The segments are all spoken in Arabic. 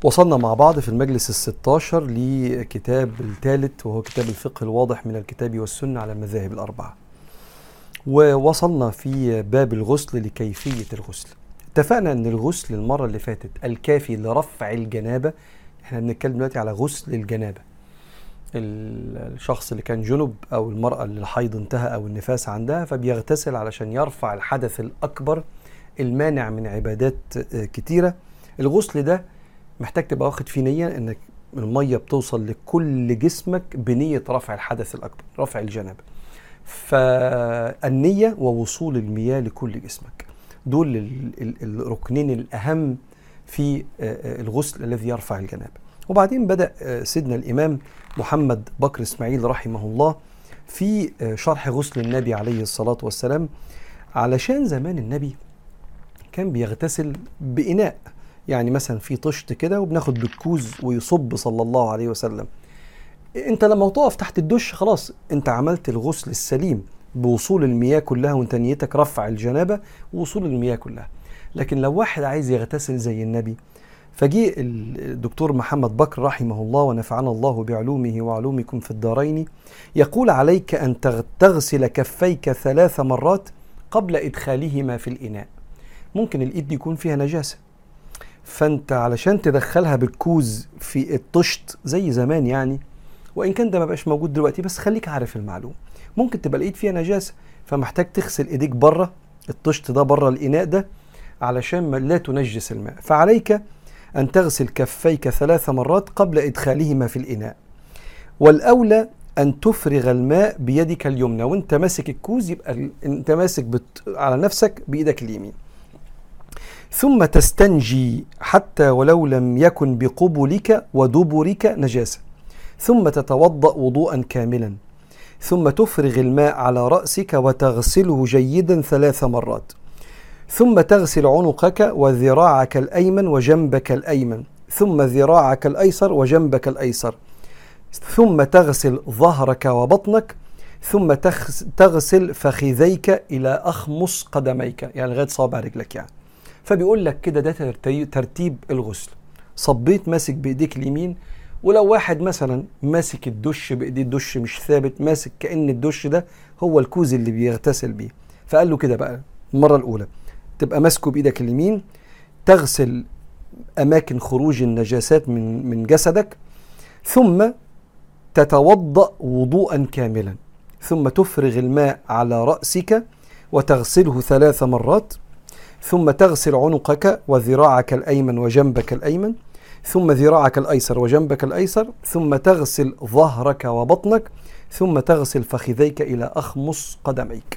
وصلنا مع بعض في المجلس ال16 لكتاب الثالث، وهو كتاب الفقه الواضح من الكتاب والسنة على المذاهب الأربعة. ووصلنا في باب الغسل لكيفية الغسل. اتفقنا أن الغسل المرة اللي فاتت الكافي لرفع الجنابة. احنا بنتكلم دلوقتي على غسل الجنابة، الشخص اللي كان جنب أو المرأة اللي الحيض انتهى أو النفاس عندها، فبيغتسل علشان يرفع الحدث الأكبر المانع من عبادات كتيرة. الغسل ده محتاج تبقى واخد فيه نية انك المية بتوصل لكل جسمك بنية رفع الحدث الأكبر، رفع الجنابة. فالنية ووصول المياه لكل جسمك دول الركنين الأهم في الغسل الذي يرفع الجنابة. وبعدين بدأ سيدنا الإمام محمد بكر إسماعيل رحمه الله في شرح غسل النبي عليه الصلاة والسلام، علشان زمان النبي كان بيغتسل بإناء، يعني مثلا في طشت كده وبناخد بالكوز ويصب صلى الله عليه وسلم. انت لما تقف تحت الدش خلاص انت عملت الغسل السليم بوصول المياه كلها، وانت نيتك رفع الجنابة ووصول المياه كلها. لكن لو واحد عايز يغتسل زي النبي، فجي الدكتور محمد بكر رحمه الله ونفعنا الله بعلومه وعلومكم في الدارين، يقول عليك أن تغسل كفيك 3 مرات قبل إدخالهما في الإناء. ممكن الإيد يكون فيها نجاسة، فانت علشان تدخلها بالكوز في الطشت زي زمان، يعني وإن كان ده ما بقاش موجود دلوقتي، بس خليك عارف المعلومة، ممكن تبقى الإيد فيها نجاسة فمحتاج تغسل إيديك بره الطشت ده، بره الإناء ده، علشان لا تنجس الماء. فعليك أن تغسل كفيك 3 مرات قبل إدخالهما في الإناء، والأولى أن تفرغ الماء بيدك اليمنى، وانت ماسك الكوز يبقى انت ماسك على نفسك بإيدك اليمين. ثم تستنجي حتى ولو لم يكن بقبلك ودبرك نجاسة، ثم تتوضأ وضوءا كاملا، ثم تفرغ الماء على رأسك وتغسله جيدا 3 مرات، ثم تغسل عنقك وذراعك الأيمن وجنبك الأيمن، ثم ذراعك الأيسر وجنبك الأيسر، ثم تغسل ظهرك وبطنك، ثم تغسل فخذيك إلى أخمص قدميك، يعني لغاية صابع رجلك يعني. فبيقول لك كده ده ترتيب الغسل. صبيت ماسك بإيديك اليمين، ولو واحد مثلا ماسك الدش بإيديه، الدش مش ثابت، ماسك كأن الدش ده هو الكوز اللي بيغتسل بيه، فقال له كده بقى المرة الأولى تبقى ماسكه بإيدك اليمين، تغسل أماكن خروج النجاسات من جسدك، ثم تتوضأ وضوءا كاملا، ثم تفرغ الماء على رأسك وتغسله 3 مرات، ثم تغسل عنقك وذراعك الأيمن وجنبك الأيمن، ثم ذراعك الأيسر وجنبك الأيسر، ثم تغسل ظهرك وبطنك، ثم تغسل فخذيك إلى أخمص قدميك.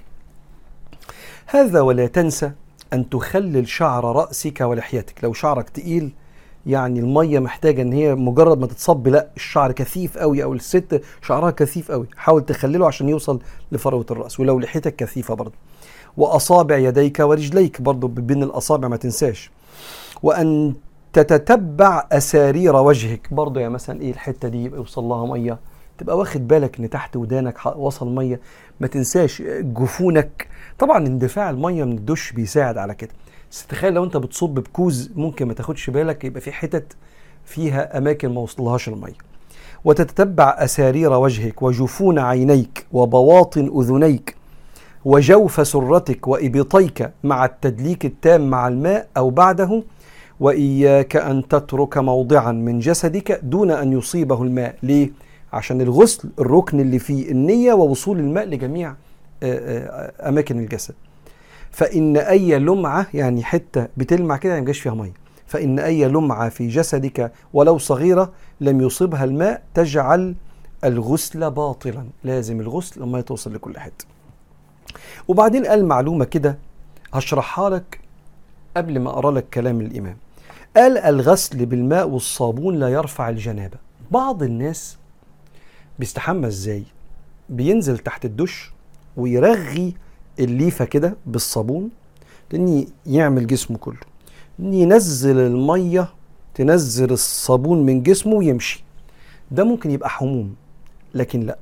هذا ولا تنسى أن تخلل شعر رأسك ولحيتك. لو شعرك تقيل، يعني المية محتاجة ان هي مجرد ما تتصب، لا الشعر كثيف قوي، او الست شعرها كثيف قوي، حاول تخلله عشان يوصل لفروة الرأس. ولو لحيتك كثيفة برضه. وأصابع يديك ورجليك برضه بين الأصابع ما تنساش. وأن تتتبع أسارير وجهك برضه، يعني مثلا ايه الحتة دي يبقى يوصل لها مية، تبقى واخد بالك ان تحت ودانك وصل مية. ما تنساش جفونك، طبعا اندفاع المية من الدش بيساعد على كده، بس تخيل لو انت بتصب بكوز ممكن ما تاخدش بالك، يبقى في حتت فيها اماكن ما وصلهاش المية. وتتتبع أسارير وجهك وجفون عينيك وبواطن أذنيك وجوف سرتك وإبطيك مع التدليك التام مع الماء أو بعده. وإياك أن تترك موضعا من جسدك دون أن يصيبه الماء. ليه؟ عشان الغسل الركن اللي فيه النية ووصول الماء لجميع أماكن الجسد. فإن أي لمعة، يعني حتة بتلمع كده، مجاش فيها مية، فإن أي لمعة في جسدك ولو صغيرة لم يصيبها الماء تجعل الغسل باطلا. لازم الغسل لما توصل لكل حتة. وبعدين قال معلومة كده هشرحها لك قبل ما أقرأ لك كلام الإمام. قال الغسل بالماء والصابون لا يرفع الجنابة. بعض الناس بيستحمى ازاي؟ بينزل تحت الدش ويرغي الليفة كده بالصابون، لأن يعمل جسمه كله، ينزل المية تنزل الصابون من جسمه ويمشي. ده ممكن يبقى حموم، لكن لا،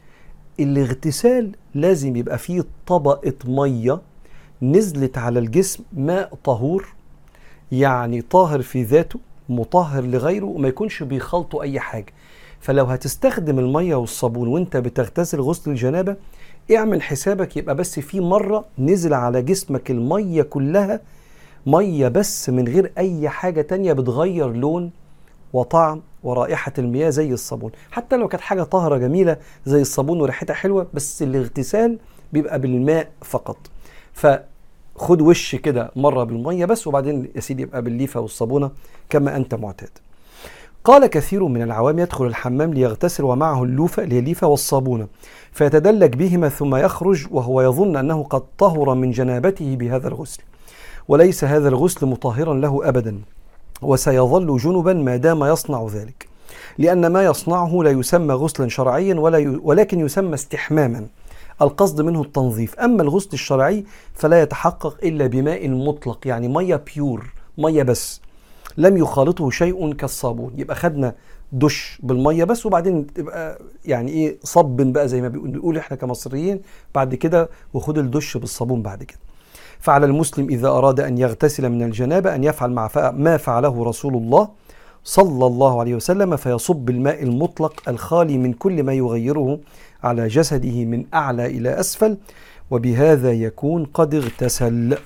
الاغتسال لازم يبقى فيه طبقة مية نزلت على الجسم، ماء طهور يعني طاهر في ذاته، مطهر لغيره وما يكونش بيخلطوا أي حاجة. فلو هتستخدم المية والصابون وانت بتغتسل غسل الجنابة، اعمل حسابك يبقى بس في مرة نزل على جسمك المية كلها، مية بس من غير أي حاجة تانية بتغير لون وطعم ورائحة المياه زي الصابون. حتى لو كانت حاجة طاهرة جميلة زي الصابون وريحتها حلوة، بس الاغتسال بيبقى بالماء فقط. فخد وش كده مرة بالمية بس، وبعدين يا سيدي يبقى بالليفة والصابونة كما أنت معتاد. قال كثير من العوام يدخل الحمام ليغتسل ومعه اللوفة اللي هي الليفة والصابونة، فيتدلك بهما ثم يخرج وهو يظن أنه قد طهر من جنابته بهذا الغسل، وليس هذا الغسل مطهرا له أبدا، وسيظل جنبا ما دام يصنع ذلك، لأن ما يصنعه لا يسمى غسلا شرعيا ولكن يسمى استحماما، القصد منه التنظيف. أما الغسل الشرعي فلا يتحقق إلا بماء مطلق، يعني مية بيور، مية بس لم يخالطه شيء كالصابون. يبقى خدنا دش بالمية بس، وبعدين تبقى يعني ايه صب بقى زي ما بنقول احنا كمصريين بعد كده، وخد الدش بالصابون بعد كده. فعلى المسلم إذا أراد أن يغتسل من الجنابة أن يفعل ما فعله رسول الله صلى الله عليه وسلم، فيصب الماء المطلق الخالي من كل ما يغيره على جسده من أعلى إلى أسفل، وبهذا يكون قد اغتسل.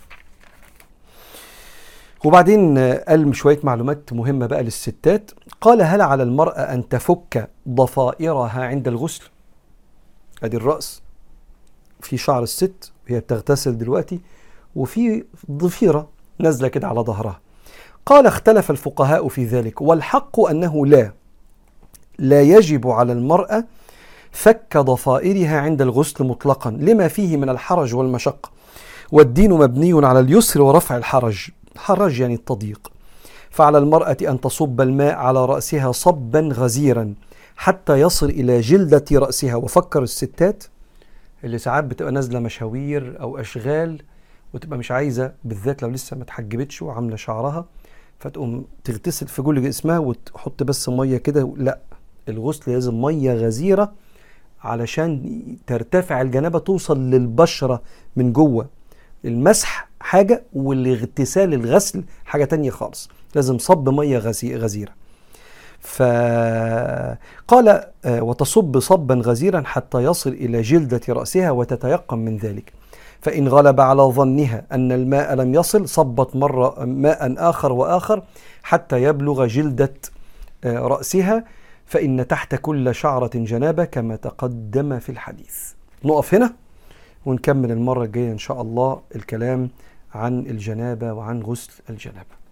وبعدين قال شوية معلومات مهمة بقى للستات. قال: هل على المرأة أن تفك ضفائرها عند الغسل؟ أدي الرأس، في شعر الست وهي بتغتسل دلوقتي، وفي ضفيرة نازلة كده على ظهرها. قال: اختلف الفقهاء في ذلك، والحق أنه لا يجب على المرأة فك ضفائرها عند الغسل مطلقا، لما فيه من الحرج والمشقة، والدين مبني على اليسر ورفع الحرج. حرج يعني التضييق. فعلى المرأة أن تصب الماء على رأسها صبا غزيرا حتى يصل إلى جلدة رأسها. وفكر الستات اللي ساعات بتبقى نازلة مشاوير أو أشغال وتبقى مش عايزة، بالذات لو لسه ما اتحجبتش وعاملة شعرها، فتقوم تغتسل في كل جسمها وتحط بس مية كده. لا، الغسل لازم مية غزيرة علشان ترتفع الجنابة، توصل للبشرة من جوه. المسح حاجة والاغتسال الغسل حاجة تانية خالص، لازم صب مية غزيرة. فقال: وتصب صبا غزيرا حتى يصل إلى جلدة رأسها وتتيقن من ذلك، فإن غلب على ظنها أن الماء لم يصل صبت مرة ماء آخر وآخر حتى يبلغ جلدة رأسها، فإن تحت كل شعرة جنابة كما تقدم في الحديث. نقف هنا ونكمل المرة الجاية إن شاء الله الكلام عن الجنابة وعن غسل الجنابة.